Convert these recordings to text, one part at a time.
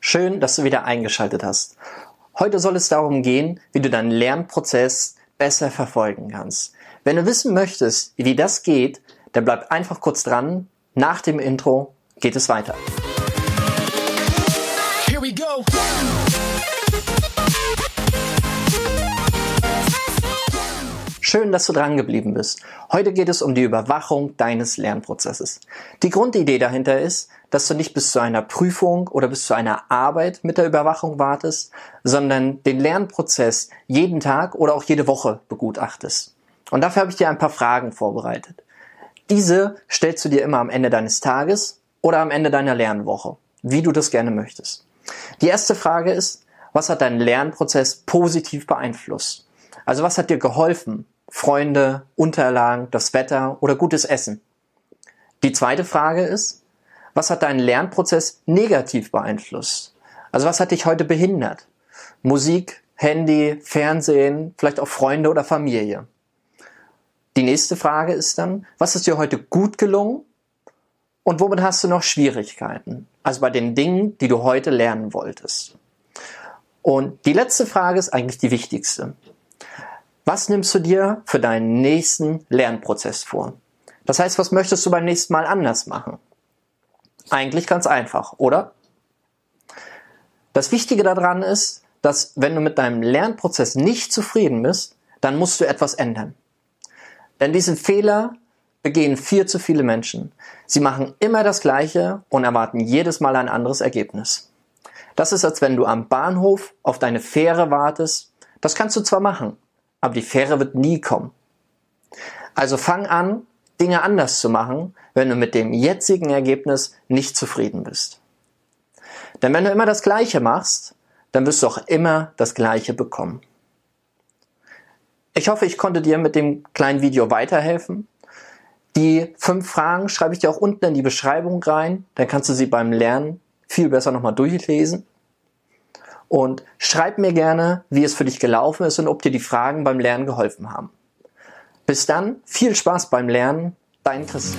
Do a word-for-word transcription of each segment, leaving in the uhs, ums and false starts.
Schön, dass du wieder eingeschaltet hast. Heute soll es darum gehen, wie du deinen Lernprozess besser verfolgen kannst. Wenn du wissen möchtest, wie das geht, dann bleib einfach kurz dran. Nach dem Intro geht es weiter. Here we go. Schön, dass du dran geblieben bist. Heute geht es um die Überwachung deines Lernprozesses. Die Grundidee dahinter ist, dass du nicht bis zu einer Prüfung oder bis zu einer Arbeit mit der Überwachung wartest, sondern den Lernprozess jeden Tag oder auch jede Woche begutachtest. Und dafür habe ich dir ein paar Fragen vorbereitet. Diese stellst du dir immer am Ende deines Tages oder am Ende deiner Lernwoche, wie du das gerne möchtest. Die erste Frage ist, was hat deinen Lernprozess positiv beeinflusst? Also was hat dir geholfen? Freunde, Unterlagen, das Wetter oder gutes Essen? Die zweite Frage ist, was hat deinen Lernprozess negativ beeinflusst? Also was hat dich heute behindert? Musik, Handy, Fernsehen, vielleicht auch Freunde oder Familie. Die nächste Frage ist dann, was ist dir heute gut gelungen und womit hast du noch Schwierigkeiten? Also bei den Dingen, die du heute lernen wolltest. Und die letzte Frage ist eigentlich die wichtigste. Was nimmst du dir für deinen nächsten Lernprozess vor? Das heißt, was möchtest du beim nächsten Mal anders machen? Eigentlich ganz einfach, oder? Das Wichtige daran ist, dass wenn du mit deinem Lernprozess nicht zufrieden bist, dann musst du etwas ändern. Denn diesen Fehler begehen viel zu viele Menschen. Sie machen immer das Gleiche und erwarten jedes Mal ein anderes Ergebnis. Das ist, als wenn du am Bahnhof auf deine Fähre wartest. Das kannst du zwar machen, aber die Fähre wird nie kommen. Also fang an, Dinge anders zu machen, wenn du mit dem jetzigen Ergebnis nicht zufrieden bist. Denn wenn du immer das Gleiche machst, dann wirst du auch immer das Gleiche bekommen. Ich hoffe, ich konnte dir mit dem kleinen Video weiterhelfen. Die fünf Fragen schreibe ich dir auch unten in die Beschreibung rein, dann kannst du sie beim Lernen viel besser nochmal durchlesen. Und schreib mir gerne, wie es für dich gelaufen ist und ob dir die Fragen beim Lernen geholfen haben. Bis dann, viel Spaß beim Lernen, dein Christian.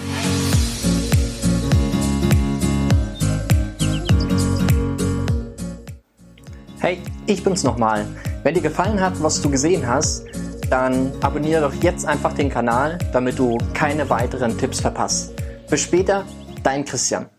Hey, ich bin's nochmal. Wenn dir gefallen hat, was du gesehen hast, dann abonniere doch jetzt einfach den Kanal, damit du keine weiteren Tipps verpasst. Bis später, dein Christian.